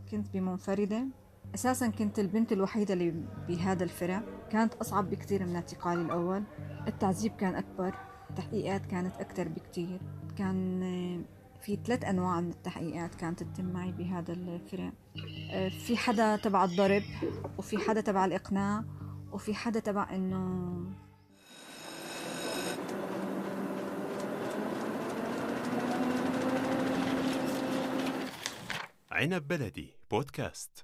كنت بمنفردة. أساساً كنت البنت الوحيدة اللي بهذا الفرع. كانت أصعب بكتير من اعتقالي الأول. التعذيب كان أكبر، التحقيقات كانت أكتر بكتير. كان في 3 أنواع من التحقيقات كانت تتم معي بهذا الفرع. في حدا تبع الضرب، وفي حدا تبع الإقناع، وفي حدا تبع إنه عنب بلدي بودكاست.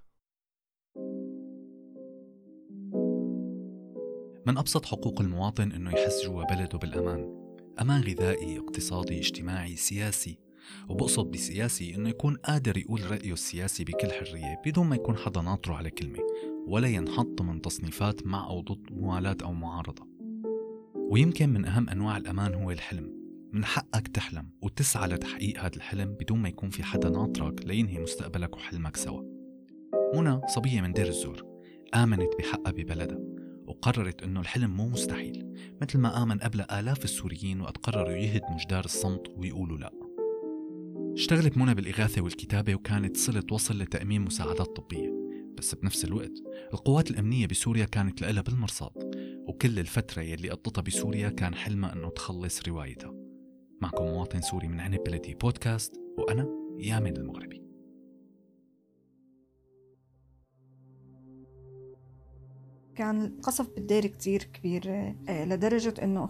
من أبسط حقوق المواطن إنه يحس جوا بلده بالأمان، أمان غذائي، اقتصادي، اجتماعي، سياسي. وبقصد بسياسي إنه يكون قادر يقول رأيه السياسي بكل حرية بدون ما يكون حدا ناطره على كلمة، ولا ينحط من تصنيفات مع أو ضد موالاة أو معارضة. ويمكن من أهم أنواع الأمان هو الحلم. من حقك تحلم وتسعى لتحقيق هذا الحلم بدون ما يكون في حدا ناطرك لينهي مستقبلك وحلمك سوا. منى صبية من دير الزور آمنت بحقها ببلدها، وقررت أنه الحلم مو مستحيل، مثل ما آمن قبل آلاف السوريين وقد قرروا يهدموا جدار الصمت ويقولوا لا. اشتغلت منى بالإغاثة والكتابة، وكانت صلة وصل لتأمين مساعدات طبية. بس بنفس الوقت القوات الأمنية بسوريا كانت لها بالمرصاد، وكل الفترة يلي قضتها بسوريا كان حلمها أنه تخلص روايتها. معكم مواطن سوري من عنب بلدي بودكاست، وأنا يامن المغربي. كان القصف بالدير كتير كبير، لدرجة إنه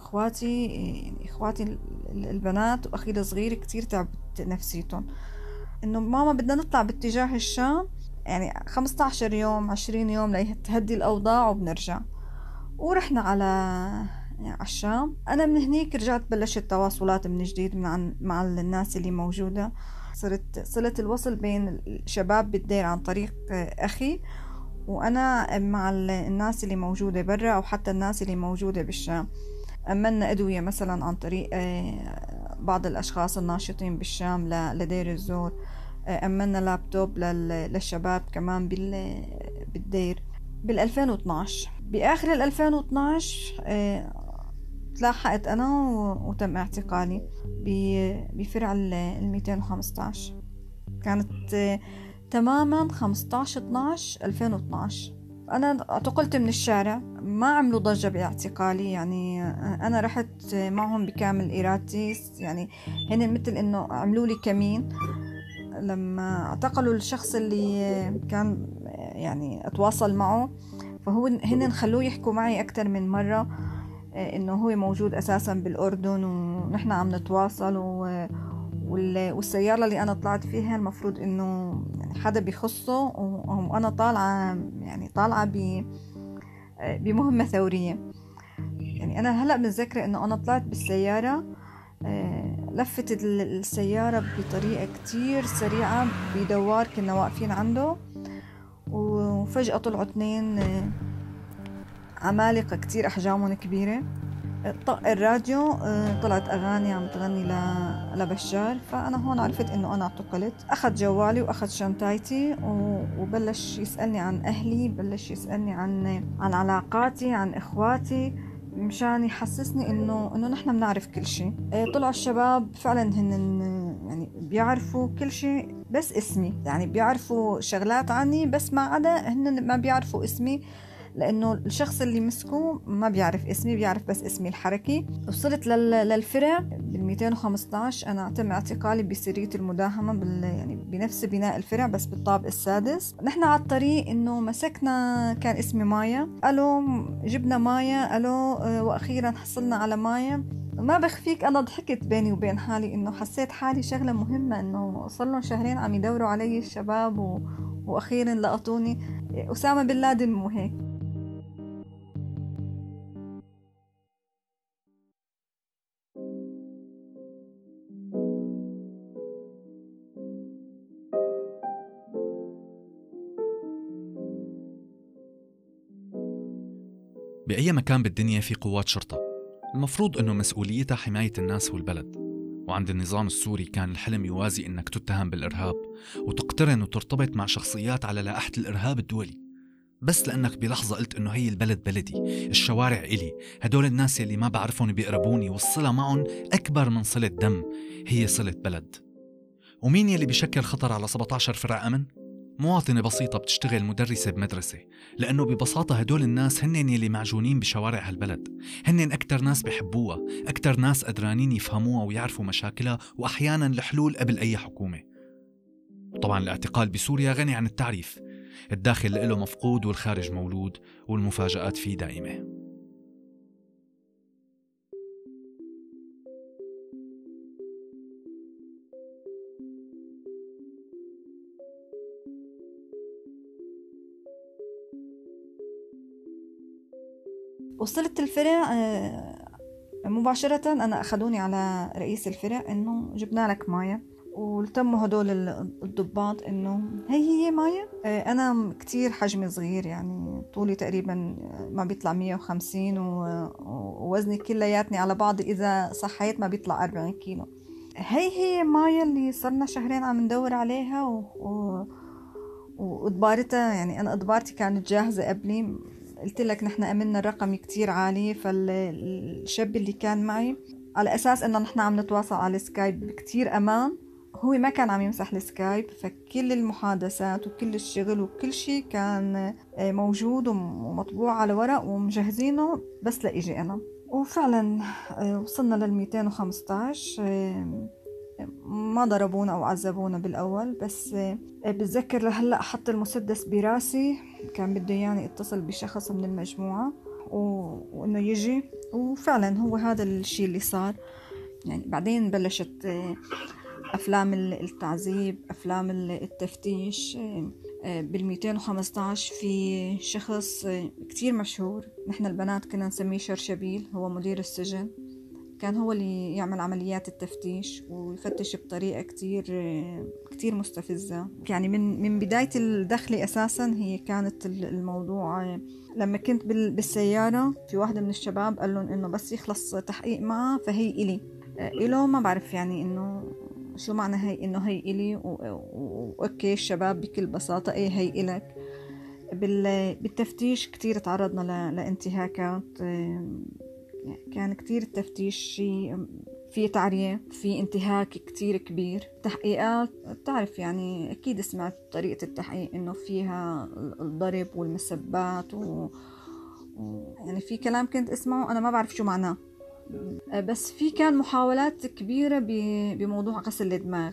إخواتي البنات وأخي الصغير كتير تعبت نفسيتهم. إنه ماما بدنا نطلع باتجاه الشام، يعني 15 يوم 20 يوم لتهدي الأوضاع وبنرجع. ورحنا على الشام. أنا من هنيك رجعت بلشت تواصلات من جديد مع الناس اللي موجودة. صرت صلة الوصل بين الشباب بالدير عن طريق أخي، وأنا مع الناس اللي موجودة برا أو حتى الناس اللي موجودة بالشام. أمنا أدوية مثلا عن طريق بعض الأشخاص الناشطين بالشام لدير الزور. أمنا لابتوب للشباب كمان بالدير. بال2012 بآخر 2012 تلاحقت أنا وتم اعتقالي بفرع 215. كانت تماما 15/12/2012. أنا اعتقلت من الشارع، ما عملوا ضجة باعتقالي. يعني أنا رحت معهم بكامل إرادتي، يعني هن مثل إنه عملوا لي كمين. لما اعتقلوا الشخص اللي كان يعني أتواصل معه، هن خلوه يحكوا معي أكتر من مرة إنه هو موجود أساسا بالأردن ونحن عم نتواصل، والسيارة اللي أنا طلعت فيها المفروض إنه حدا بيخصه، وأنا طالعة بمهمة ثورية. يعني أنا هلأ متذكرة إنه أنا طلعت بالسيارة، لفت السيارة بطريقة كتير سريعة بدوار كنا واقفين عنده، وفجأة طلعوا 2 عمالقة كتير أحجامهم كبيرة. طق الراديو، طلعت أغاني عم تغني لبشار. فأنا هون عرفت إنه أنا اعتقلت. أخذ جوالي وأخذ شنطايتي وبلش يسألني عن أهلي، بلش يسألني عن علاقاتي، عن إخواتي، مشان يحسسني إنه نحن بنعرف كل شيء. طلعوا الشباب فعلا هن يعني بيعرفوا كل شيء بس اسمي، يعني بيعرفوا شغلات عني بس ما عدا هن ما بيعرفوا اسمي، لأنه الشخص اللي مسكوه ما بيعرف اسمي، بيعرف بس اسمي الحركي. وصلت للفرع بال215. أنا تم اعتقالي بسرية المداهمة يعني بنفس بناء الفرع بس بالطابق السادس. نحن على الطريق إنه مسكنا، كان اسمي مايا، ألو جبنا مايا، ألو، وأخيرا حصلنا على مايا. ما بخفيك أنا ضحكت بيني وبين حالي، إنه حسيت حالي شغلة مهمة، إنه صار لهم 2 شهر عم يدوروا علي الشباب وأخيرا لقطوني. أسامة بن لادن مو هيك؟ بأي مكان بالدنيا في قوات شرطة المفروض أنه مسؤوليتها حماية الناس والبلد، وعند النظام السوري كان الحلم يوازي أنك تتهم بالإرهاب وتقترن وترتبط مع شخصيات على لائحة الإرهاب الدولي، بس لأنك بلحظة قلت أنه هي البلد بلدي، الشوارع إلي، هدول الناس اللي ما بعرفهم بيقربوني، والصلة معهم أكبر من صلة دم، هي صلة بلد. ومين يلي بيشكل خطر على 17 فرع أمن؟ مواطنة بسيطة بتشتغل مدرسة بمدرسة، لأنه ببساطة هدول الناس هنن يلي معجونين بشوارع هالبلد، هنن أكتر ناس بحبوها، أكتر ناس قدرانين يفهموها ويعرفوا مشاكلها وأحياناً الحلول قبل أي حكومة. طبعاً الاعتقال بسوريا غني عن التعريف، الداخل له مفقود والخارج مولود، والمفاجآت فيه دائمة. وصلت الفرع مباشرة، أنا أخذوني على رئيس الفرع إنه جبنا لك مايا، والتموا هدول الضباط إنه هي مايا. أنا كتير حجمي صغير، يعني طولي تقريبا ما بيطلع 150 ووزني كلياتني على بعض إذا صحيت ما بيطلع 40 كيلو. هي مايا اللي صرنا شهرين عم ندور عليها وإضبارتها، يعني أنا إضبارتي كانت جاهزة قبلي. قلت لك نحن أمننا الرقم كتير عالي، فالشاب اللي كان معي على أساس إنه نحن عم نتواصل على السكايب كتير أمان، هو ما كان عم يمسح السكايب، فكل المحادثات وكل الشغل وكل شيء كان موجود ومطبوع على ورق ومجهزينه بس لإجي أنا. وفعلا وصلنا لل 215. ما ضربونا أو عذبونا بالأول، بس بتذكر لهلأ حط المسدس براسي، كان بده يعني اتصل بشخص من المجموعة وإنه يجي، وفعلا هو هذا الشيء اللي صار. يعني بعدين بلشت أفلام التعذيب، أفلام التفتيش. بال 215 في شخص كتير مشهور، نحن البنات كنا نسميه شرشبيل، هو مدير السجن، كان هو اللي يعمل عمليات التفتيش ويفتش بطريقة كتير مستفزة. يعني من بداية الدخلة أساسا هي كانت الموضوع. لما كنت بالسيارة في واحدة من الشباب قال لهم إنه بس يخلص تحقيق معه فهي إلي. إله ما بعرف يعني إنه شو معنى هي، إنه هي إلي وأوكي الشباب بكل بساطة إيه هي إلك. بالتفتيش كتير تعرضنا لانتهاكات، كان كتير التفتيش في تعرية، في انتهاك كتير كبير. تحقيقات بتعرف يعني أكيد سمعت طريقة التحقيق إنه فيها الضرب والمسبات يعني في كلام كنت اسمعه أنا ما بعرف شو معناه، بس في كان محاولات كبيرة بموضوع غسل الدماغ.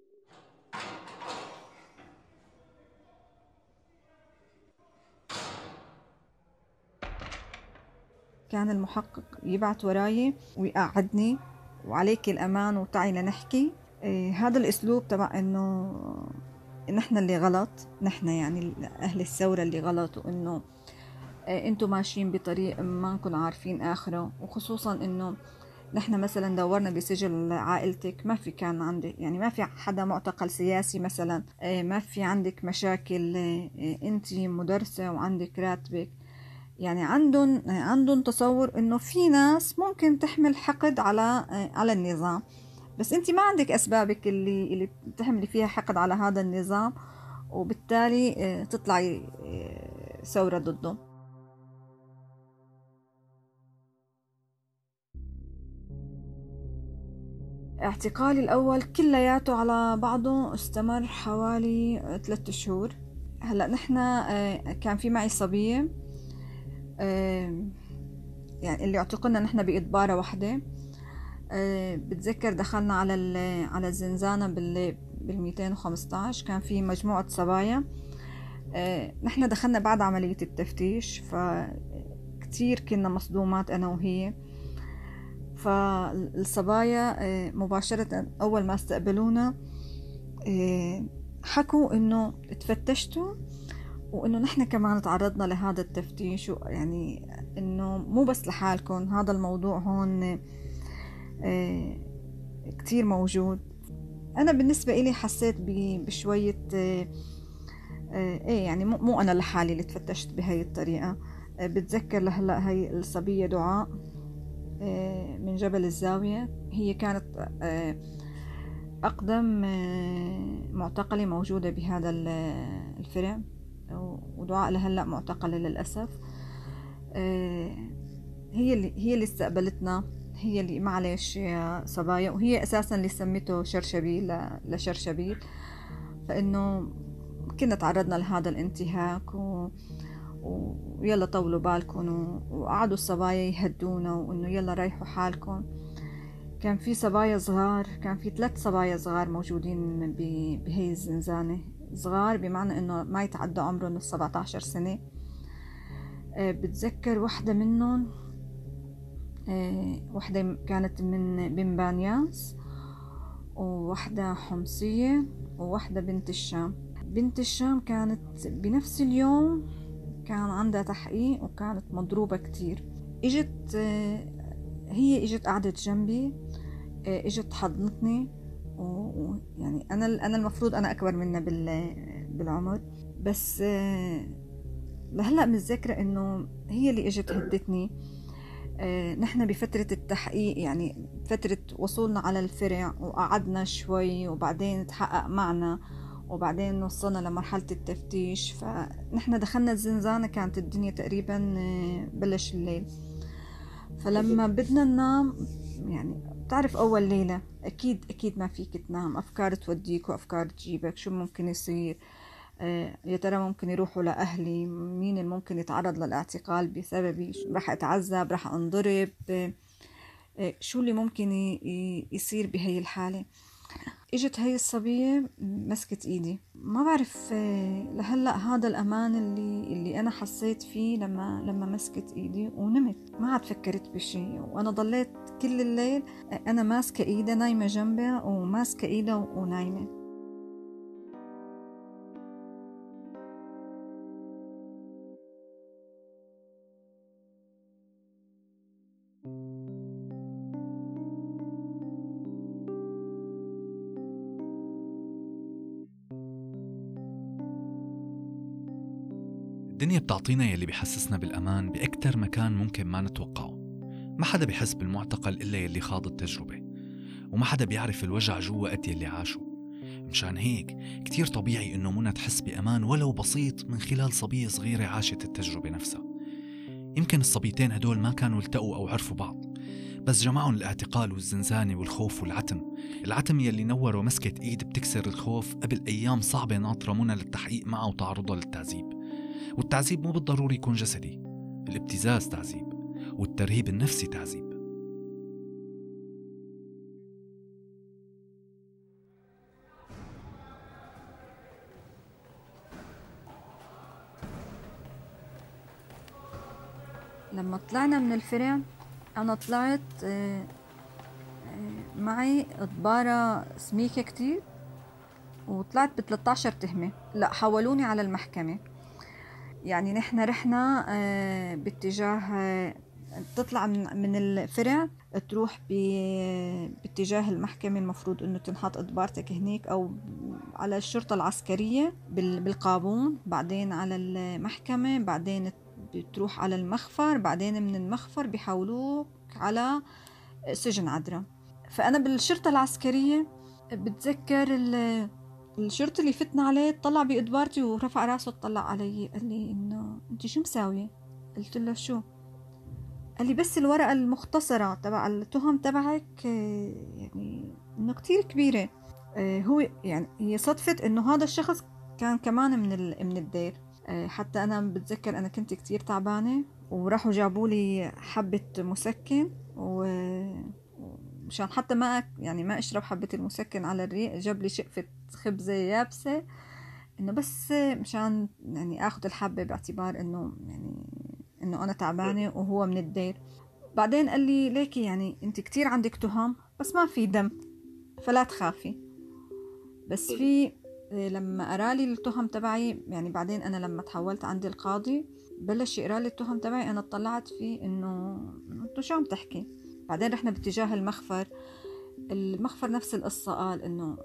كان المحقق يبعت وراي ويقعدني وعليك الأمان وتعي لنحكي. هذا الأسلوب تبع إنه نحن اللي غلط، نحن يعني أهل الثورة اللي غلط، وإنه أنتم ماشيين بطريق ما نكون عارفين آخره. وخصوصا إنه نحن مثلا دورنا بسجل عائلتك، ما في كان عندك يعني ما في حدا معتقل سياسي مثلا، ما في عندك مشاكل، أنت مدرسة وعندك راتبك. يعني عندهم تصور انه في ناس ممكن تحمل حقد على النظام، بس انت ما عندك اسبابك اللي بتحملي فيها حقد على هذا النظام، وبالتالي تطلعي ثورة ضده. اعتقالي الأول كلياته على بعضه استمر حوالي 3 شهور. هلأ نحن كان في معي صبية، يعني اللي اعتقلنا نحن بإدبارة واحدة. بتذكر دخلنا على الزنزانة بال 215، كان في مجموعة صبايا. نحن دخلنا بعد عملية التفتيش، فكتير كنا مصدومات أنا وهي. فالصبايا مباشرة أول ما استقبلونا حكوا إنه تفتشتوا وإنه نحن كمان تعرضنا لهذا التفتيش، يعني إنه مو بس لحالكم، هذا الموضوع هون كتير موجود. أنا بالنسبة إلي حسيت بشوية إيه يعني مو أنا لحالي اللي تفتشت بهاي الطريقة. بتذكر لهلأ هاي الصبية دعاء من جبل الزاوية، هي كانت أقدم معتقلة موجودة بهذا الفرع، ودعاء لهلأ معتقلة للأسف. هي اللي استقبلتنا، هي اللي معلش يا صبايا، وهي أساسا اللي سميته شرشبيل لشرشبيل، فإنه كنا تعرضنا لهذا الانتهاك ويلا طولوا بالكم وقعدوا الصبايا يهدونا وإنه يلا ريحوا حالكم. كان في صبايا صغار، كان في 3 صبايا صغار موجودين بهي الزنزانة، صغار بمعنى إنه ما يتعدى عمرهم 17 سنة. بتذكر واحدة منهم، واحدة كانت من بانياس، وواحدة حمصية، وواحدة بنت الشام. بنت الشام كانت بنفس اليوم كان عندها تحقيق وكانت مضروبة كتير. هي اجت قعدت جنبي، اجت حضنتني، ويعني انا المفروض انا اكبر منها بالعمر، بس لهلا متذكرة انه هي اللي اجت هدتني. نحن بفترة التحقيق، يعني فترة وصولنا على الفرع وقعدنا شوي وبعدين تحقق معنا وبعدين وصلنا لمرحلة التفتيش، فنحن دخلنا الزنزانة كانت الدنيا تقريبا بلش الليل. فلما بدنا ننام، يعني بتعرف أول ليلة أكيد ما فيك تنام، أفكار توديك وأفكار تجيبك، شو ممكن يصير، يا ترى ممكن يروحوا لأهلي، مين اللي ممكن يتعرض للاعتقال بسببي، رح أتعذب، رح أنضرب، شو اللي ممكن يصير بهي الحالة. اجت هاي الصبية مسكت ايدي، ما بعرف لهلأ هذا الأمان اللي أنا حسيت فيه لما مسكت ايدي ونمت، ما عاد فكرت بشي. وأنا ضليت كل الليل أنا ماسكة ايدها، نايمة جنبها وماسكة ايدها ونايمة. الدنيا بتعطينا يلي بيحسسنا بالأمان بأكتر مكان ممكن ما نتوقعه. ما حدا بيحس بالمعتقل إلا يلي خاض التجربة، وما حدا بيعرف الوجع جوا قد يلي عاشوا. مشان هيك كتير طبيعي إنه منى تحس بأمان ولو بسيط من خلال صبية صغيرة عاشت التجربة نفسها. يمكن الصبيتين هدول ما كانوا التقوا أو عرفوا بعض، بس جمعهم الاعتقال والزنزانة والخوف العتم يلي نور ومسكت إيد بتكسر الخوف قبل أيام صعبة ناطرة منى للتحقيق معه وتعرضها للتعذيب. والتعذيب مو بالضروري يكون جسدي، الابتزاز تعذيب، والترهيب النفسي تعذيب. لما طلعنا من الفرع أنا طلعت معي إضبارة سميكة كتير، وطلعت ب13 تهمة. لا، حولوني على المحكمة. يعني نحن رحنا باتجاه تطلع من الفرع تروح باتجاه المحكمة، المفروض انه تنحط إضبارتك هناك او على الشرطة العسكرية بالقابون، بعدين على المحكمة، بعدين بتروح على المخفر، بعدين من المخفر بيحولوك على سجن عدرا. فأنا بالشرطة العسكرية بتذكر الشرطي اللي فتنا عليه طلع بإدبارتي ورفع راسه طلع علي، قال لي إنه أنت شو مساوية؟ قلت له شو؟ قال لي بس الورقة المختصرة تبع التهم تبعك يعني إنه كتير كبيرة. هو يعني هي صدفت إنه هذا الشخص كان كمان من الدير. حتى أنا بتذكر أنا كنت كتير تعبانة وراحوا جابوا لي حبة مسكن، ومشان حتى ما اشرب حبة المسكن على الريق، جاب لي شقفة خبزة يابسة انه بس مشان يعني اخذ الحبة باعتبار انه انا تعبانة وهو من الدير. بعدين قال لي ليكي يعني انت كتير عندك تهم بس ما في دم، فلا تخافي. بس في لما قرالي التهم تبعي، يعني بعدين انا لما تحولت عند القاضي بلش يقرالي التهم تبعي، انا اطلعت فيه انه انتو شو عم تحكي. بعدين رحنا باتجاه المخفر نفس القصة، قال انه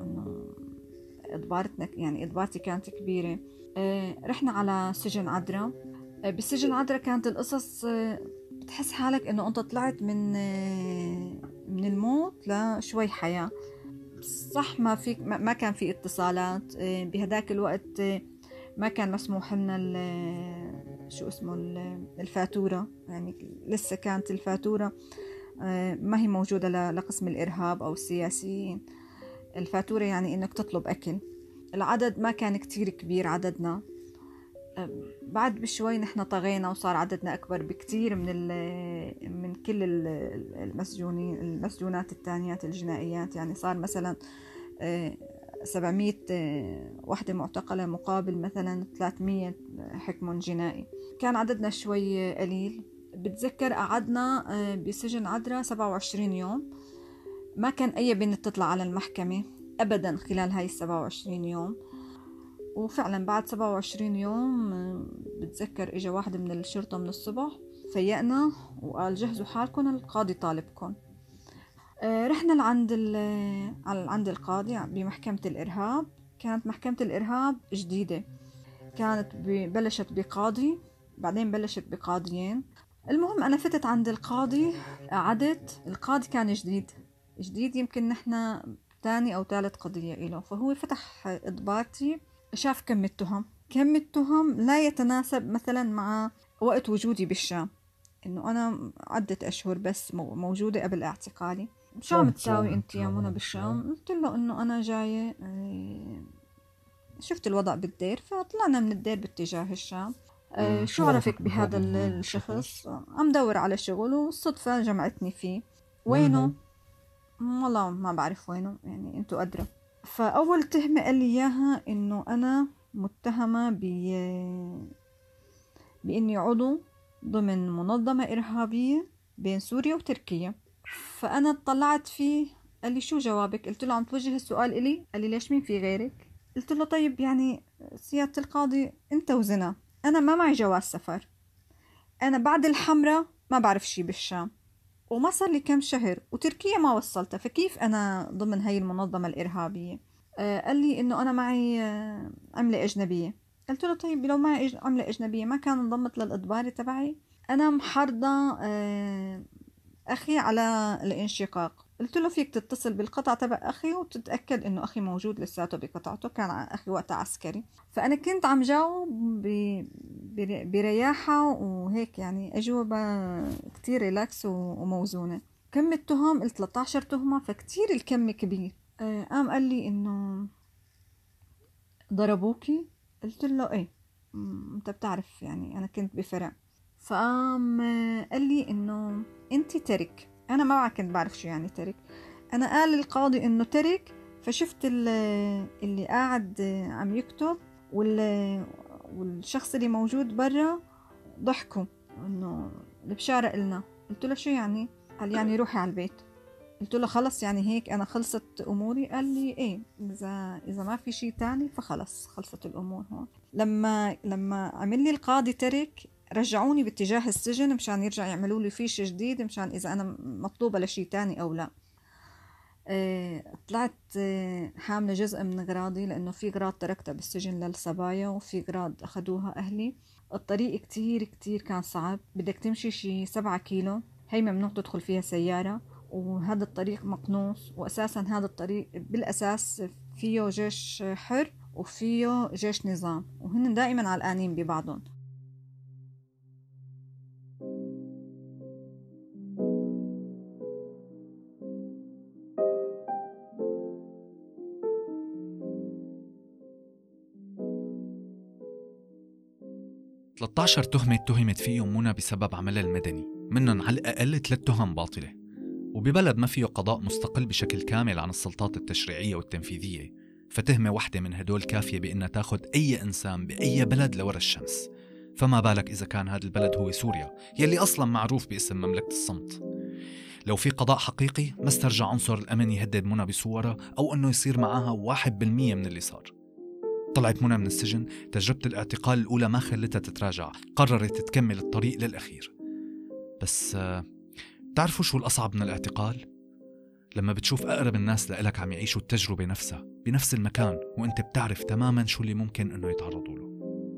إضبارتي كانت كبيرة. رحنا على سجن عدرا. بسجن عدرا كانت القصص بتحس حالك انه انت طلعت من الموت لشوي حياة. صح ما كان في اتصالات بهداك الوقت، ما كان مسموح لنا الفاتورة، يعني لسه كانت الفاتورة ما هي موجودة لقسم الإرهاب أو السياسيين. الفاتورة يعني إنك تطلب أكل. العدد ما كان كتير كبير عددنا. بعد بشوي نحن طغينا وصار عددنا أكبر بكتير من كل المسجونات التانيات الجنائيات. يعني صار مثلا 700 وحدة معتقلة مقابل مثلا 300 حكم جنائي. كان عددنا شوي قليل. بتذكر قعدنا بسجن عدرا 27 يوم، ما كان أي بنت تطلع على المحكمة أبدا خلال هاي 27 يوم. وفعلا بعد 27 يوم بتذكر إجا واحد من الشرطة من الصبح فيقنا وقال جهزوا حالكم القاضي طالبكم. رحنا عند القاضي بمحكمة الإرهاب. كانت محكمة الإرهاب جديدة، كانت بلشت بقاضي بعدين بلشت بقاضيين. المهم أنا فتت عند القاضي، قعدت. القاضي كان جديد يمكن نحن ثاني أو ثالث قضية إله. فهو فتح إضباطي، شاف كم التهم لا يتناسب مثلا مع وقت وجودي بالشام، إنه أنا عدة أشهر بس موجودة قبل اعتقالي. شو عم تساوي أنت يا منى بالشام؟ قلت له إنه أنا جاية، شفت الوضع بالدير فطلعنا من الدير باتجاه الشام. شو عرفك بهذا الشخص؟ عم دور على شغل والصدفة جمعتني فيه. وينه؟ والله ما بعرف وينه، يعني انتو أدرى. فأول تهمة قال لي إياها إنه أنا متهمة بإني عضو ضمن منظمة إرهابية بين سوريا وتركيا. فأنا اطلعت فيه. قال لي شو جوابك؟ قلت له عم توجه السؤال إلي؟ قال لي ليش، مين في غيرك؟ قلت له طيب يعني سيادة القاضي أنت وزنا، أنا ما معي جواز سفر، أنا بعد الحمرة ما بعرف شي بالشام، وما صار لي كم شهر، وتركيا ما وصلتها، فكيف أنا ضمن هاي المنظمة الإرهابية؟ قال لي إنه أنا معي عملة أجنبية. قلت له طيب لو معي عملة أجنبية ما كان انضمت للإضباري تبعي؟ أنا محرضة أخي على الانشقاق. قلت له فيك تتصل بالقطع تبع أخي وتتأكد إنه أخي موجود لساته بقطعته، كان أخي وقتها عسكري. فأنا كنت عم جاوب برياحة وهيك، يعني أجوبة كتير ريلاكس وموزونة. كم التهم؟ قلت 13 تهمة، فكتير الكم كبير. قام قال لي إنه ضربوكي؟ قلت له إيه، أنت بتعرف يعني أنا كنت بفرع. فقام قال لي إنه أنت ترك. أنا ما كنت بعرف شو يعني ترك. أنا قال القاضي إنه ترك، فشفت اللي قاعد عم يكتب والشخص اللي موجود برا ضحكوا إنه البشارة إلنا. قلت له شو يعني؟ قال يعني روحي على البيت. قلت له خلص يعني هيك أنا خلصت أموري؟ قال لي إيه، إذا ما في شيء تاني فخلص خلصت الأمور هون. لما عمل لي القاضي ترك رجعوني باتجاه السجن مشان يرجع يعملوا لي فيش جديد مشان إذا أنا مطلوبة لشيء تاني أو لا. طلعت حاملة جزء من أغراضي، لأنه في أغراض تركتها بالسجن للصبايا وفي أغراض أخدوها أهلي. الطريق كتير كتير كان صعب، بدك تمشي شي 7 كيلو، هي ممنوع تدخل فيها سيارة، وهذا الطريق مقنوص. وأساسا هذا الطريق بالأساس فيه جيش حر وفيه جيش نظام، وهن دائما علقانين ببعضهم. ، 13 تهمة اتهمت فيهم منى بسبب عملها المدني، منهم على الأقل 3 تهم باطلة. وببلد ما فيه قضاء مستقل بشكل كامل عن السلطات التشريعية والتنفيذية، فتهمة واحدة من هدول كافية بأنها تاخد أي إنسان بأي بلد لورا الشمس. فما بالك إذا كان هذا البلد هو سوريا، يلي أصلا معروف باسم مملكة الصمت. لو في قضاء حقيقي ما استرجع عنصر الأمن يهدد منى بصورة أو أنه يصير معاها 1% من اللي صار. طلعت منى من السجن، تجربة الاعتقال الأولى ما خلتها تتراجع، قررت تكمل الطريق للأخير. بس تعرفوا شو الأصعب من الاعتقال؟ لما بتشوف أقرب الناس لإلك عم يعيشوا التجربة نفسها بنفس المكان، وإنت بتعرف تماماً شو اللي ممكن إنه يتعرضوا له.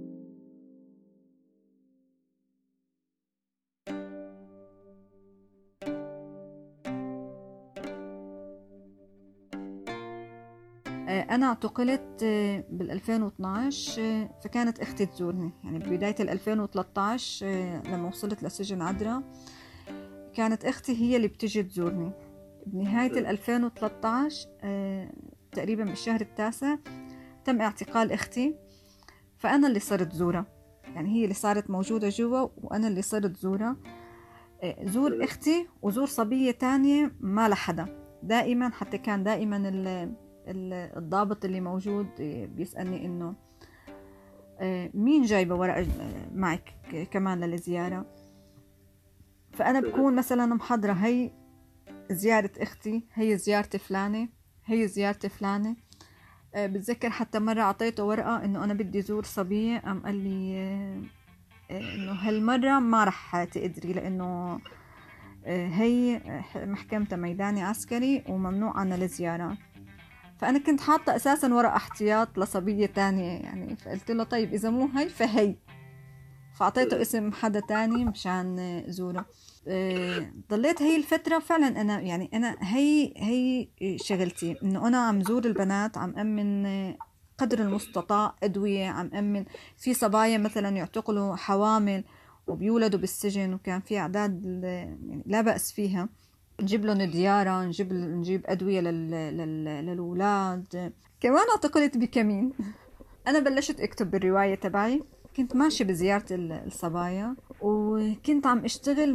أنا اعتقلت بال2012، فكانت أختي تزورني. يعني ببداية 2013 لما وصلت لسجن عدرا كانت أختي هي اللي بتجي تزورني. بنهاية 2013 تقريبا بالشهر التاسع تم اعتقال أختي، فأنا اللي صرت زورها. يعني هي اللي صارت موجودة جوا وأنا اللي صرت زورها. زور أختي وزور صبية تانية ما لحدا. دائما حتى كان دائما الضابط اللي موجود بيسألني إنه مين جايبة ورقة معك كمان للزيارة. فأنا بكون مثلا محضرة هي زيارة أختي، هي زيارة فلانة، هي زيارة فلانة. بتذكر حتى مرة عطيته ورقة إنه أنا بدي زور صبية، قال لي إنه هالمرة ما رح تقدري لأنه هي محكمة ميداني عسكري وممنوع عنا الزيارات. فأنا كنت حاطة أساسا ورقة احتياط لصبية تانية يعني، فقلت له طيب إذا مو هي فهي، فأعطيته اسم حدا تاني مشان زوره. ضليت هي الفترة فعلا أنا هي شغلتي، إنه أنا عم زور البنات، عم أمن قدر المستطاع أدوية، عم أمن في صبايا مثلا يعتقلوا حوامل وبيولدوا بالسجن، وكان في أعداد يعني لا بأس فيها، نجيب لهم ديارة، نجيب أدوية للأولاد. كمان اعتقلت بكمين. أنا بلشت أكتب بالرواية تبعي، كنت ماشي بزيارة الصبايا، وكنت عم اشتغل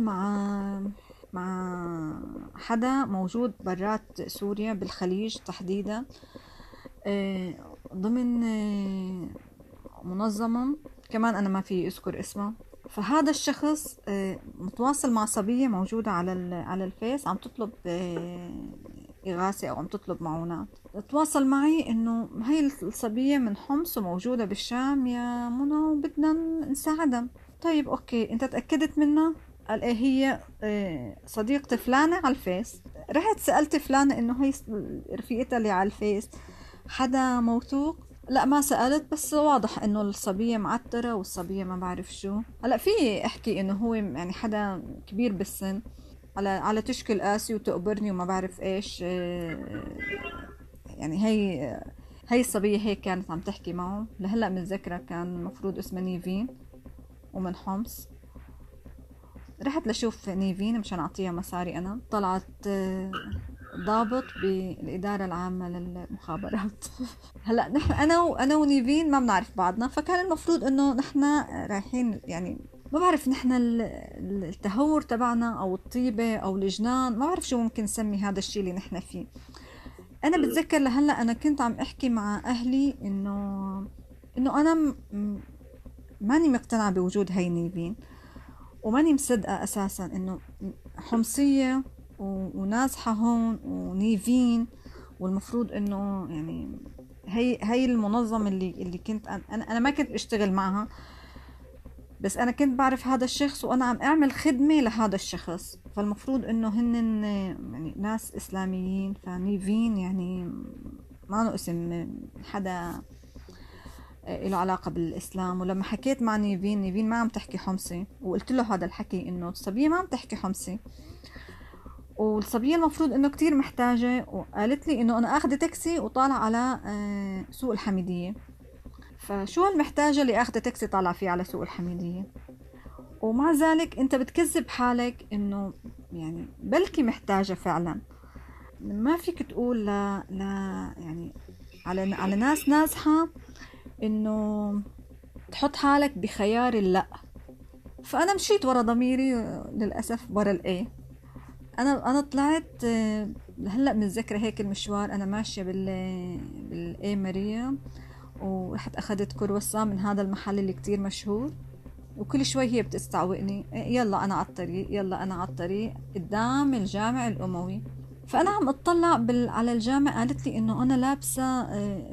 مع حدا موجود برات سوريا بالخليج تحديدا، ضمن منظمة كمان أنا ما في أذكر اسمه. فهذا الشخص متواصل مع صبية موجودة على الفيس عم تطلب إغاثة أو عم تطلب معونات. تواصل معي إنه هاي الصبية من حمص وموجودة بالشام يا منى وبدنا نساعدها. طيب أوكي، أنت تأكدت منها؟ قال إيه هي صديقة فلانة على الفيس. رحت سألت فلانة إنه هي رفيقتها اللي على الفيس حدا موثوق؟ لا ما سألت، بس واضح إنه الصبية معترة والصبية ما بعرف شو. هلا في أحكي إنه هو يعني حدا كبير بالسن على تشكل قاسي وتقبرني وما بعرف إيش. يعني هي الصبية هيك كانت عم تحكي معه. لهلأ متذكرة كان المفروض اسمها نيفين ومن حمص. رحت لشوف نيفين مشان أعطيها مصاري. أنا طلعت ضابط بالإدارة العامة للمخابرات. هلأ نحن أنا ونيفين ما بنعرف بعضنا، فكان المفروض إنه نحن رايحين يعني ما بعرف نحن التهور تبعنا أو الطيبة أو الجنان، ما بعرف شو ممكن نسمي هذا الشيء اللي نحن فيه. أنا بتذكر لهلأ أنا كنت عم أحكي مع أهلي إنه أنا ماني مقتنعة بوجود هاي نيفين، وماني مصدقة أساسا إنه حمصية ونازحة هون ونيفين، والمفروض إنه يعني هي المنظمة اللي كنت أنا ما كنت أشتغل معها، بس أنا كنت بعرف هذا الشخص وأنا عم أعمل خدمة لهذا الشخص، فالمفروض إنه هن يعني ناس إسلاميين. فنيفين يعني ما له اسم حدا له علاقة بالإسلام. ولما حكيت مع نيفين ما عم تحكي حمصي، وقلت له هذا الحكي إنه الصبية ما عم تحكي حمصي، والصبية المفروض إنه كتير محتاجة، وقالت لي إنه أنا أخذ تاكسي وطالع على سوق الحميدية. فشو المحتاجة اللي أخذ تاكسي طالع فيه على سوق الحميدية؟ ومع ذلك أنت بتكذب حالك إنه يعني بلكي محتاجة فعلا. ما فيك تقول لا يعني على ناس نازحة إنه تحط حالك بخيار اللا. فأنا مشيت ورا ضميري للأسف ورا الإيه. أنا طلعت هلأ متذكرة هيك المشوار، أنا ماشية بالإيه ماريا، ورحت أخذت كرواسة من هذا المحل اللي كتير مشهور، وكل شوي هي بتستعوقني يلا أنا على الطريق، يلا أنا على الطريق قدام الجامع الأموي. فأنا عم أطلع على الجامع، قالت لي إنه أنا لابسة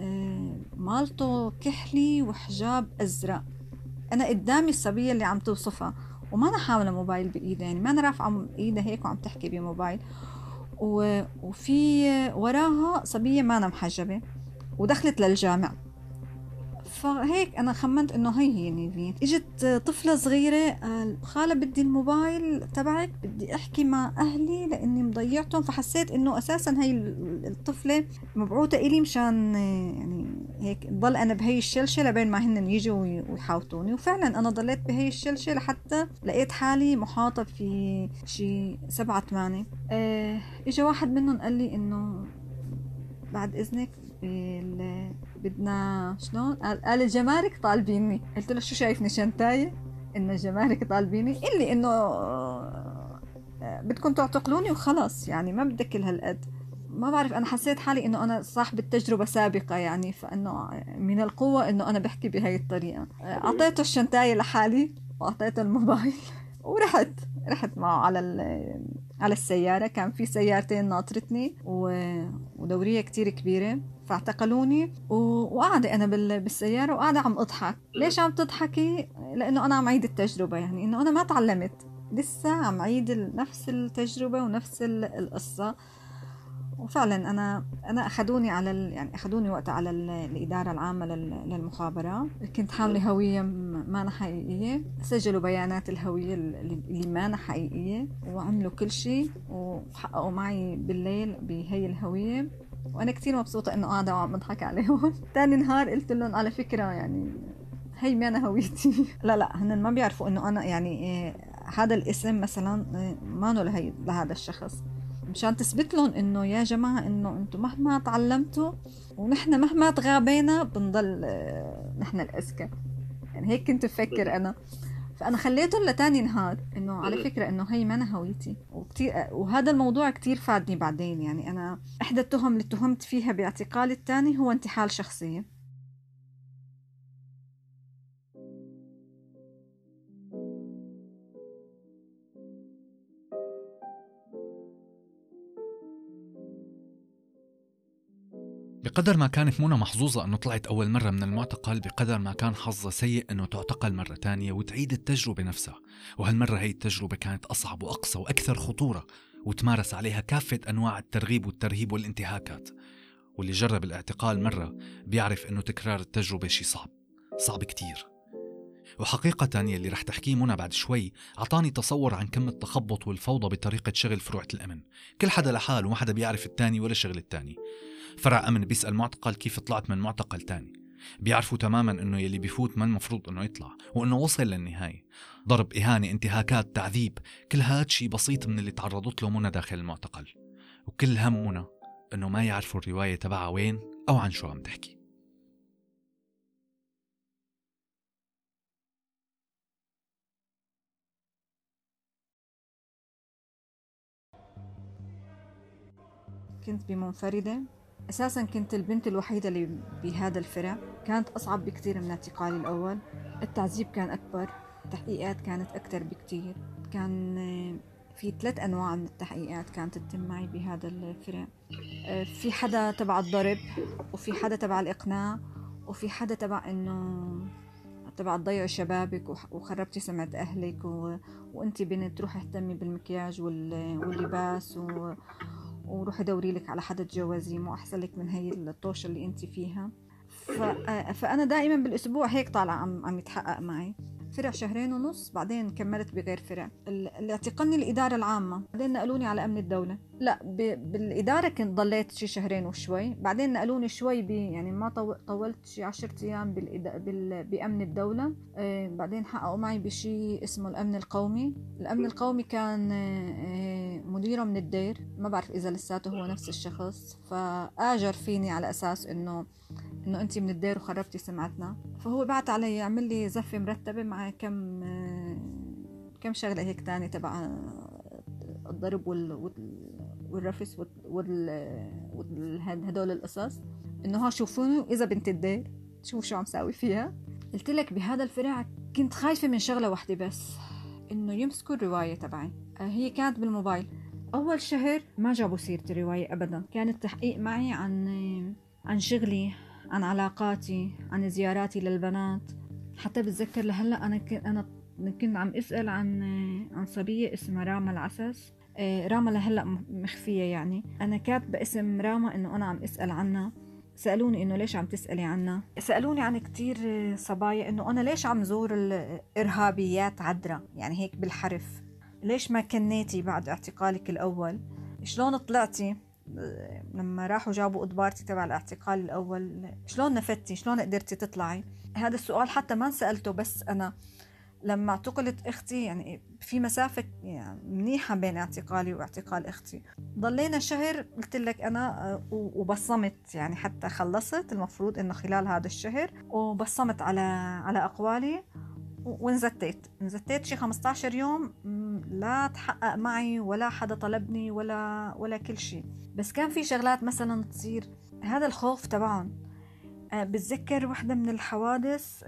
مالطو كحلي وحجاب أزرق. أنا قدامي الصبية اللي عم توصفها وما أنا حاملة موبايل بإيدي، يعني ما أنا رافعة إيدها هيك وعم تحكي بموبايل، وفي وراها صبية ما أنا محجبة ودخلت للجامع. فهيك أنا خمنت إنه هي نيفين. إجت طفلة صغيرة قال خالة بدي الموبايل تبعك، بدي أحكي مع أهلي لأني مضيعتهم. فحسيت إنه أساسا هي الطفلة مبعوثة إلي مشان يعني هيك ضل أنا بهي الشلشة لبين ما هن يجوا ويحاوطوني. وفعلا أنا ضليت بهي الشلشة لحتى لقيت حالي محاطة في شي 7-8. إجا واحد منهم قال لي إنه بعد إذنك بدنا شلون؟ قال الجمارك طالبيني. قلت له شو شايفني شنتاية إنه الجمارك طالبيني؟ إلي إنه بدكم تعتقلوني وخلاص، يعني ما بدك كل هالقد. ما بعرف، أنا حسيت حالي إنه أنا صاحبة تجربة سابقة، يعني فإنه من القوة إنه أنا بحكي بهاي الطريقة. أعطيته الشنتاية لحالي وأعطيته الموبايل ورحت معه على السيارة. كان في سيارتين ناطرتني ودورية كتير كبيرة، فاعتقلوني وقاعدة أنا بالسيارة وقاعدة عم أضحك. ليش عم تضحكي؟ لأنه أنا عم عيد التجربة، يعني إنه أنا ما تعلمت لسه، عم عيد نفس التجربة ونفس القصة. وفعلا أنا أخذوني يعني أخذوني وقتها على الإدارة العامة للمخابرات. كنت حاملة هوية ما حقيقية، سجلوا بيانات الهوية اللي ما حقيقية وعملوا كل شيء وحققوا معي بالليل بهي الهوية. وأنا كتير مبسوطة إنه قاعدة وعم أضحك عليهم. تاني نهار قلت لهم على فكرة يعني هي ما أنا هويتي. لا هن ما بيعرفوا إنه أنا يعني هذا الاسم مثلا ما له لهذا الشخص، مشان تثبت لهم إنه يا جماعة إنه أنتم مهما تعلمتوا ونحن مهما تغابينا بنضل نحن الأذكى. يعني هيك كنت أفكر أنا. فأنا خليتهم لتاني نهار إنه على فكرة إنه هي ما أنا هويتي. وهذا الموضوع كتير فادني بعدين. يعني أنا إحدى التهم اللي اتهمت فيها باعتقال التاني هو انتحال شخصية. بقدر ما كانت منى محظوظة أنه طلعت أول مرة من المعتقل، بقدر ما كان حظها سيء أنه تعتقل مرة تانية وتعيد التجربة نفسها. وهالمرة هي التجربة كانت أصعب وأقصى وأكثر خطورة، وتمارس عليها كافة أنواع الترغيب والترهيب والانتهاكات. واللي جرب الاعتقال مرة بيعرف أنه تكرار التجربة شيء صعب كتير. وحقيقة اللي رح تحكيه منى بعد شوي عطاني تصور عن كم التخبط والفوضى بطريقة شغل فروع الأمن. كل حدا لحاله وما حدا بيعرف التاني ولا شغل التاني. فرع أمن بيسأل معتقل كيف طلعت من معتقل تاني، بيعرفوا تماما أنه يلي بيفوت ما المفروض أنه يطلع، وأنه وصل للنهاية. ضرب، إهانة، انتهاكات، تعذيب، كل هاد شي بسيط من اللي تعرضت له منى داخل المعتقل. وكل هم منى أنه ما يعرفوا الرواية تبعها وين أو عن شو عم تحكي. كنت بمنفردة. أساساً كنت البنت الوحيدة اللي بهذا الفرع. كانت أصعب بكتير من اعتقالي الأول. التعذيب كان أكبر، التحقيقات كانت أكتر بكتير. كان في 3 أنواع من التحقيقات كانت تتم معي بهذا الفرع. في حدا تبع الضرب، وفي حدا تبع الإقناع، وفي حدا تبع إنه تبع تضيع شبابك وخربتي سمعة أهلك وأنتي بنت تروحي اهتمي بالمكياج واللباس وروحي دوري لك على حدا تجوزي، مو أحسن لك من هي الطوشة اللي أنت فيها. فأنا دائما بالأسبوع هيك طالعة عم يتحقق معي. فرع 2.5 شهر، بعدين كملت بغير فرع. اللي اعتقلني الإدارة العامة، بعدين نقلوني على أمن الدولة. لا بالإدارة كنت ضليت شي 2 وشوي، بعدين نقلوني شوي يعني ما طولت شي 10 أيام بأمن الدولة. بعدين حققوا معي بشي اسمه الأمن القومي. الأمن القومي كان مديره من الدير، ما بعرف إذا لساته هو نفس الشخص، فآجر فيني على أساس إنه أنت من الدير وخربتي سمعتنا. فهو بعت علي يعمل لي زفة مرتبة مع كم شغلة هيك تاني تبع الضرب والرفس هدول القصص، إنه ها شوفوني إذا بنت الدير شوفوا شو عم ساوي فيها. قلت لك بهذا الفرع كنت خايفة من شغلة واحدة بس، إنه يمسكوا الرواية تبعي. هي كانت بالموبايل. أول شهر ما جابوا سيرة الرواية أبدا. كان التحقيق معي عن شغلي، عن علاقاتي، عن زياراتي للبنات. حتى بتذكر لهلا أنا كنت عم أسأل عن صبية اسمها راما العسس. راما لهلا مخفية، يعني أنا كاتبة اسم راما إنه أنا عم أسأل عنها. سألوني إنه ليش عم تسألي عنها. سألوني عن كتير صبايا إنه أنا ليش عم زور الإرهابيات عذرة، يعني هيك بالحرف. ليش ما كنيتي بعد اعتقالك الأول؟ شلون طلعتي لما راحوا جابوا إضبارتي تبع الاعتقال الأول؟ شلون نفتي؟ شلون قدرتي تطلعي؟ هذا السؤال حتى ما سألته، بس أنا لما اعتقلت أختي، يعني في مسافة يعني منيحة بين اعتقالي واعتقال أختي. ضلينا شهر قلت لك أنا وبصمت، يعني حتى خلصت المفروض إنه خلال هذا الشهر، وبصمت على أقوالي ونزتيت شي 15 يوم لا تحقق معي ولا حدا طلبني ولا كل شيء. بس كان في شغلات مثلا تصير، هذا الخوف تبعهم. بتذكر واحدة من الحوادث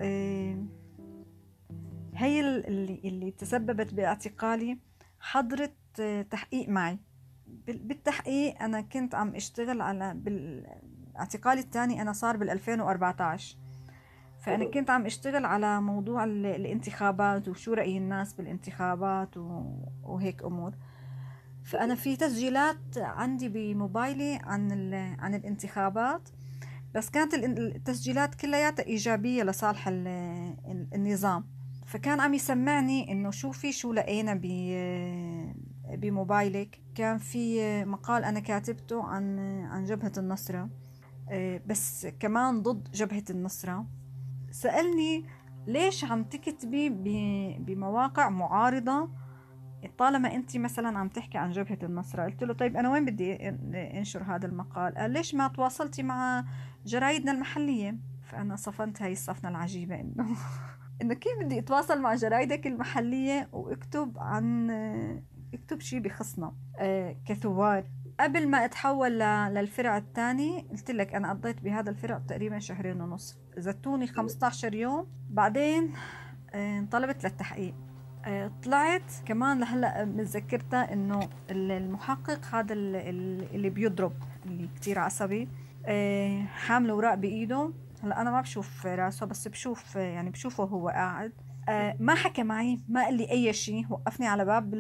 هي اللي تسببت باعتقالي. حضرت تحقيق معي. بالتحقيق أنا كنت عم اشتغل على بالاعتقال الثاني، أنا صار بال2014، فأنا كنت عم اشتغل على موضوع الانتخابات وشو رأي الناس بالانتخابات وهيك أمور. فأنا في تسجيلات عندي بموبايلي عن الانتخابات، بس كانت التسجيلات كلها إيجابية لصالح النظام. فكان عم يسمعني إنه شوفي شو لقينا بموبايلك. كان في مقال أنا كاتبته عن جبهة النصرة، بس كمان ضد جبهة النصرة. سألني ليش عم تكتبي بمواقع معارضة طالما أنت مثلا عم تحكي عن جبهة النصرة؟ قلت له طيب أنا وين بدي أنشر هذا المقال؟ قال ليش ما تواصلتي مع جرايدنا المحلية؟ فأنا صفنت هاي الصفنة العجيبة إنه كيف بدي أتواصل مع جرايدك المحلية اكتب شيء بخصنا كثوار. قبل ما اتحول للفرع الثاني قلت لك انا قضيت بهذا الفرع تقريبا 2.5 شهر، زتوني 15 يوم. بعدين انطلبت للتحقيق. طلعت كمان لهلا متذكرتها انه المحقق هذا اللي بيضرب، اللي كتير عصبي، حامل اوراق بايده. هلا انا ما بشوف راسه بس بشوفه هو قاعد. ما حكى معي، ما قال لي اي شيء. وقفني على باب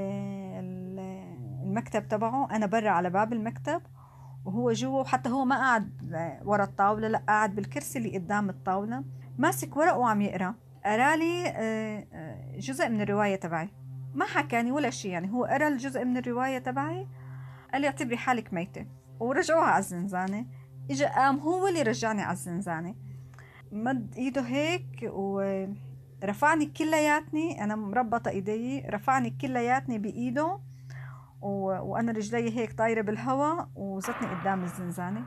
المكتب تبعه، انا برا على باب المكتب وهو جوا، وحتى هو ما قاعد ورا الطاوله، لا قاعد بالكرسي اللي قدام الطاوله ماسك ورق وعم يقرا. قرا لي جزء من الروايه تبعي، ما حكاني ولا شيء. يعني هو قرا الجزء من الروايه تبعي، قال لي اعتبري حالك ميته، ورجعوها على الزنزانه. اجا قام هو اللي رجعني على الزنزانه، مد ايده هيك ورفعني كلياتني. انا مربطه ايدي، رفعني كلياتني بايده وانا رجلي هيك طايره بالهواء، وزتني قدام الزنزانه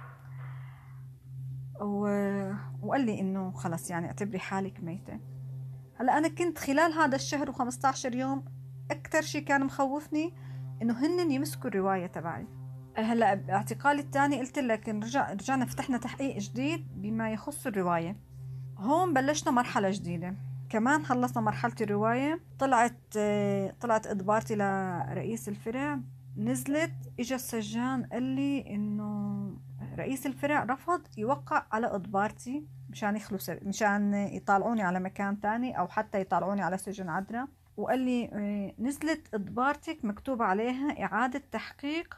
وقال لي انه خلص يعني اعتبري حالك ميته. هلا انا كنت خلال هذا الشهر و15 يوم اكثر شيء كان مخوفني انه هن يمسكوا الروايه تبعي. هلا باعتقالي الثاني قلت لك رجعنا فتحنا تحقيق جديد بما يخص الروايه. هون بلشنا مرحله جديده، كمان خلصنا مرحله الروايه. طلعت ادبارتي لرئيس الفرع، نزلت، اجا السجان قال لي انه رئيس الفرع رفض يوقع على ادبارتي مشان يطالعوني على مكان تاني او حتى يطالعوني على سجن عدرا. وقال لي نزلت ادبارتك مكتوب عليها اعاده تحقيق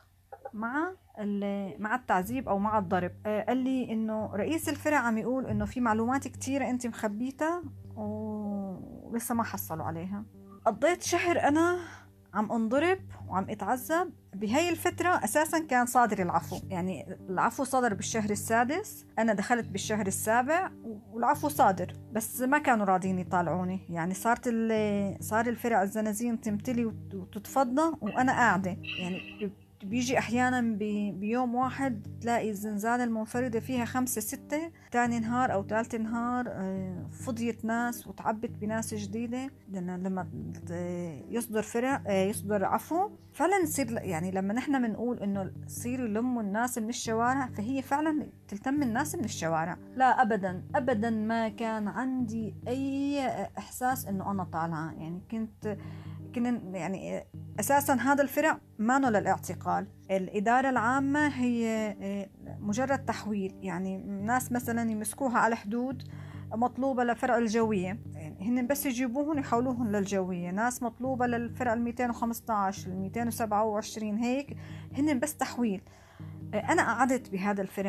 مع التعذيب او مع الضرب. قال لي انه رئيس الفرع عم يقول انه في معلومات كتيرة انت مخبيتها ولسه ما حصلوا عليها. قضيت شهر انا عم انضرب وعم اتعذب. بهاي الفترة اساسا كان صادر العفو، يعني العفو صدر بالشهر السادس، انا دخلت بالشهر السابع والعفو صادر، بس ما كانوا راضين يطالعوني. يعني صار الفرع الزنازين تمتلي وتتفضى وانا قاعدة. يعني بيجي احيانا بيوم واحد تلاقي الزنزانة المنفردة فيها 5 6، تاني نهار او ثالث نهار فضيت ناس وتعبت بناس جديدة. لما يصدر عفو فعلا يصير، يعني لما نحن بنقول انه يصيروا يلموا الناس من الشوارع، فهي فعلا تلتم الناس من الشوارع. لا ابدا ما كان عندي اي احساس انه انا طالعة. يعني كنا يعني أساساً هذا الفرع مانو للاعتقال. الإدارة العامة هي مجرد تحويل، يعني ناس مثلاً يمسكوها على حدود مطلوبة لفرع الجوية، يعني هن بس يجيبوهم يحولوهم للجوية. ناس مطلوبة للفرع 215 227 هيك، هن بس تحويل. أنا قعدت بهذا الفرع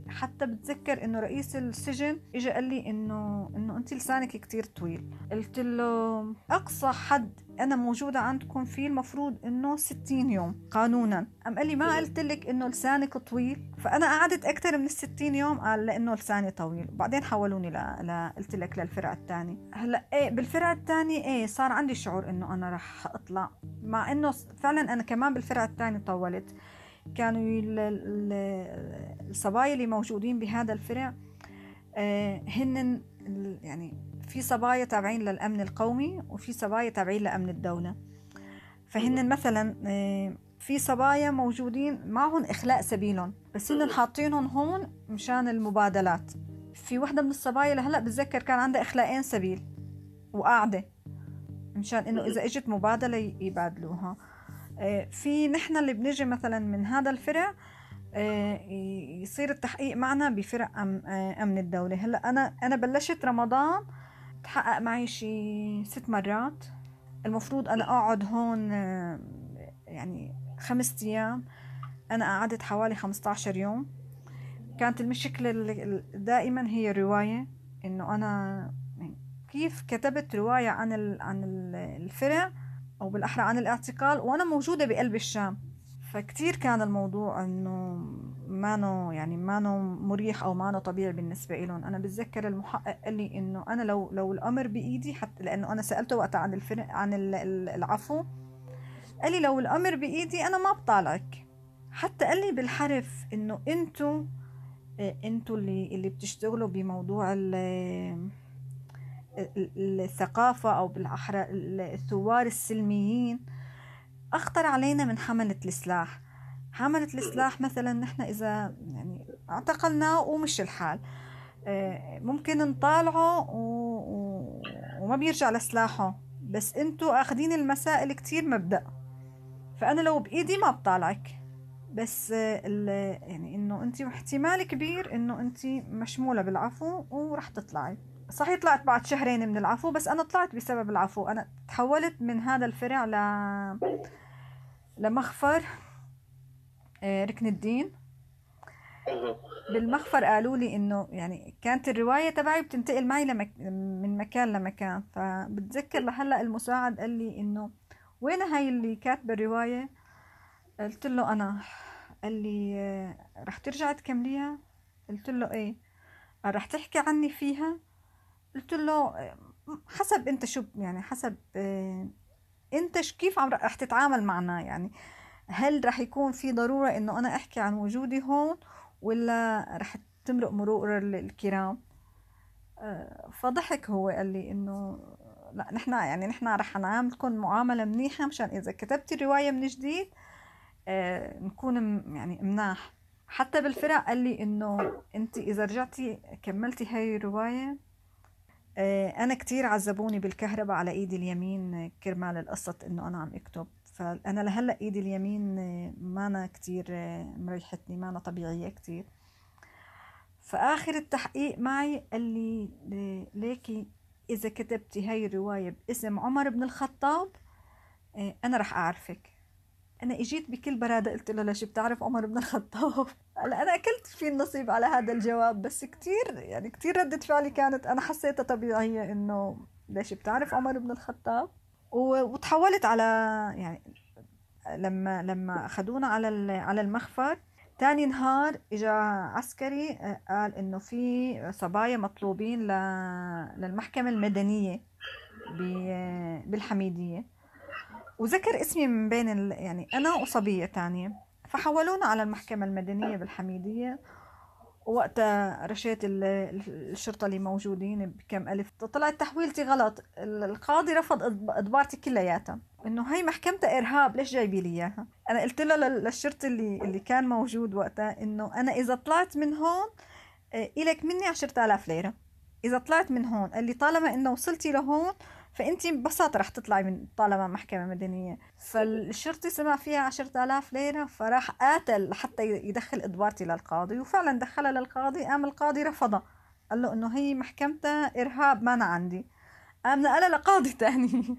حتى بتذكر انه رئيس السجن اجى قال لي انه انت لسانك كتير طويل. قلت له اقصى حد انا موجوده عندكم فيه المفروض انه 60 يوم قانونا. قال لي ما قلت لك انه لسانك طويل؟ فانا قعدت اكثر من 60 يوم قال لانه لساني طويل. وبعدين حولوني قلت لك للفرع الثاني. هلا ايه بالفرع الثاني ايه صار عندي شعور انه انا رح اطلع، مع انه فعلا انا كمان بالفرع الثاني طولت. كانوا الصبايا اللي موجودين بهذا الفرع هن يعني في صبايا تابعين للأمن القومي وفي صبايا تابعين لأمن الدولة. فهن مثلا في صبايا موجودين معهم إخلاء سبيلهم، بس هن حاطينهم هون مشان المبادلات. في وحدة من الصبايا لهلأ بتذكر كان عندها إخلاءين سبيل وقاعدة مشان إنه إذا إجت مبادلة يبادلوها. في نحن اللي بنجي مثلا من هذا الفرع يصير التحقيق معنا بفرق أمن الدولة. هلأ أنا بلشت رمضان تحقق معي شي 6 مرات. المفروض أنا أقعد هون يعني 5 أيام، أنا قعدت حوالي 15 يوم. كانت المشكلة دائما هي رواية، إنه أنا كيف كتبت رواية عن الفرع أو بالأحرى عن الاعتقال وأنا موجودة بقلب الشام. فكتير كان الموضوع إنه مانو مريح أو مانو طبيعي بالنسبة لهم. أنا بتذكر المحقق قال لي إنه أنا لو الأمر بإيدي، حتى لأنه أنا سألته وقتها عن الفرق عن العفو، قال لي لو الأمر بإيدي أنا ما بطالعك. حتى قال لي بالحرف إنه أنتوا اللي بتشتغلوا بموضوع الثقافة أو بالأحرى الثوار السلميين أخطر علينا من حملة السلاح. حملة السلاح مثلا نحن إذا يعني اعتقلنا ومش الحال ممكن نطالعه وما بيرجع لسلاحه، بس انتوا أخذين المسائل كتير مبدأ. فأنا لو بإيدي ما بطالعك، بس يعني إنه أنت احتمال كبير إنه أنت مشمولة بالعفو ورح تطلعي. صحيح طلعت بعد 2 شهر من العفو، بس أنا طلعت بسبب العفو. أنا تحولت من هذا الفرع لمخفر ركن الدين. بالمخفر قالوا لي إنه يعني كانت الرواية تبعي بتنتقل معي من مكان لمكان. فبتذكر لهلأ المساعد قال لي إنه وين هاي اللي كاتبة الرواية؟ قلت له أنا. قال لي رح ترجع تكمليها؟ قلت له إيه. رح تحكي عني فيها؟ قلت له حسب انت شو يعني حسب انت كيف رح تتعامل معنا، يعني هل رح يكون في ضرورة انه انا احكي عن وجودي هون ولا رح تمرق مرور الكرام؟ فضحك هو قال لي انه لا نحن رح نعاملكم معاملة منيحة مشان اذا كتبتي الرواية من جديد نكون يعني مناح. حتى بالفرع قال لي انه انت اذا رجعتي كملتي هاي الرواية. أنا كتير عذبوني بالكهرباء على إيدي اليمين كرمال القصة إنه أنا عم أكتب. فأنا لهلأ إيدي اليمين مانا كتير مريحتني، مانا طبيعية كتير. فآخر التحقيق معي قال لي ليكي إذا كتبتي هاي الرواية باسم عمر بن الخطاب أنا رح أعرفك. أنا إجيت بكل برادة قلت له ليش بتعرف عمر بن الخطاب؟ هلا أنا أكلت في النصيب على هذا الجواب، بس كتير ردة فعلي كانت أنا حسيتها طبيعية إنه ليش بتعرف عمر بن الخطاب. وتحولت على يعني لما أخذونا على المخفر. تاني نهار إجا عسكري قال إنه في صبايا مطلوبين للمحكمة المدنية بالحميدية، وذكر اسمي من بين يعني أنا وصبية تانية. فحولونا على المحكمة المدنية بالحميدية. ووقتها رشيت الشرطة اللي موجودين بكم ألف. طلعت تحويلتي غلط. القاضي رفض إضبارتي كلياتها، إنه هاي محكمة إرهاب ليش جايبي لي إياها. أنا قلت له للشرطي اللي كان موجود وقتها إنه أنا إذا طلعت من هون إلك مني 10,000 ليرة إذا طلعت من هون. قال لي طالما إنه وصلتي لهون فأنتي ببساطة رح تطلعي من طالما محكمة مدنية. فالشرطي سمع فيها 10,000 ليرة فراح قاتل حتى يدخل إدبارتي للقاضي، وفعلا دخلها للقاضي. قام القاضي رفضها، قال له إنه هي محكمة إرهاب ما أنا عندي. قام نقلها لقاضي تاني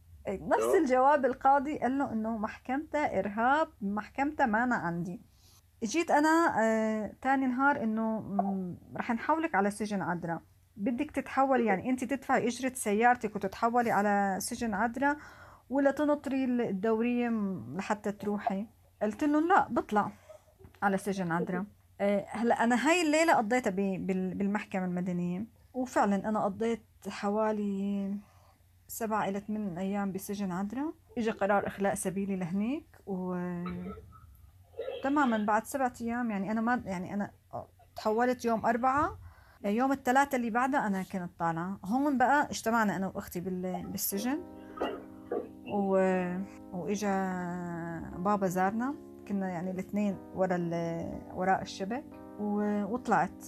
نفس الجواب. القاضي قال له إنه محكمة إرهاب محكمة ما أنا عندي. جيت أنا تاني نهار إنه رح نحولك على سجن عدرا، بدك تتحولي يعني أنت تدفعي أجرة سيارتك وتتحولي على سجن عدرا ولا تنطري الدورية لحتى تروحي؟ قلت لهم لا، بطلع على سجن عدرا. هلا أنا هاي الليلة قضيتها بالمحكمة المدنية، وفعلا أنا قضيت حوالي 7 إلى 8 أيام بسجن عدرا. إجا قرار إخلاء سبيلي لهنيك، تماما بعد 7 أيام يعني أنا تحولت يوم 4، يوم الثلاثة اللي بعدها أنا كنت طالعة. هون بقى اجتمعنا أنا وأختي بالسجن، وإجا بابا زارنا، كنا يعني الاثنين وراء الشبك، وطلعت.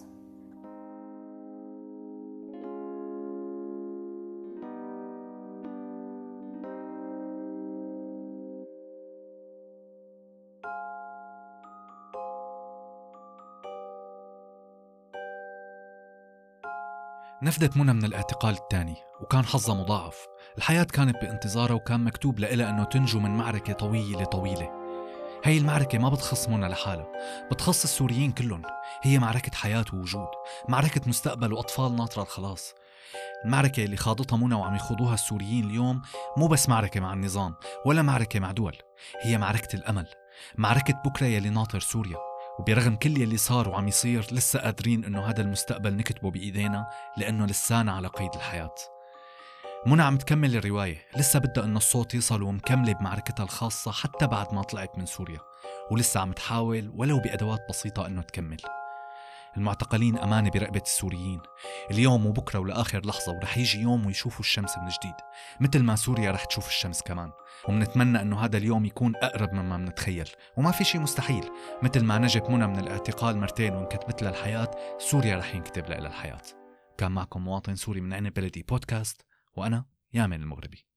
نفدت منى من الاعتقال الثاني وكان حظها مضاعف. الحياة كانت بانتظارها وكان مكتوب لها أنه تنجو من معركة طويلة. هاي المعركة ما بتخص منى لحالها، بتخص السوريين كلهم. هي معركة حياة ووجود، معركة مستقبل وأطفال ناطرة الخلاص. المعركة اللي خاضتها منى وعم يخوضوها السوريين اليوم مو بس معركة مع النظام ولا معركة مع دول، هي معركة الأمل، معركة بكرة يلي ناطر سوريا. وبرغم كل يلي صار وعم يصير لسه قادرين انه هذا المستقبل نكتبه بايدينا، لانه لسانا على قيد الحياة. منى عم تكمل الرواية، لسه بدها انه الصوت يصل ومكملة بمعركتها الخاصة حتى بعد ما طلعت من سوريا، ولسه عم تحاول ولو بأدوات بسيطة انه تكمل. المعتقلين أمانة برقبة السوريين اليوم وبكرة ولآخر لحظة، ورح يجي يوم ويشوفوا الشمس من جديد مثل ما سوريا رح تشوف الشمس كمان. ومنتمنى أنه هذا اليوم يكون أقرب مما منتخيل، وما في شيء مستحيل. مثل ما نجت منى من الاعتقال مرتين وانكتبت لها الحياة، سوريا رح ينكتب لها الحياة. كان معكم مواطن سوري من عنب بلدي بودكاست، وأنا يامن المغربي.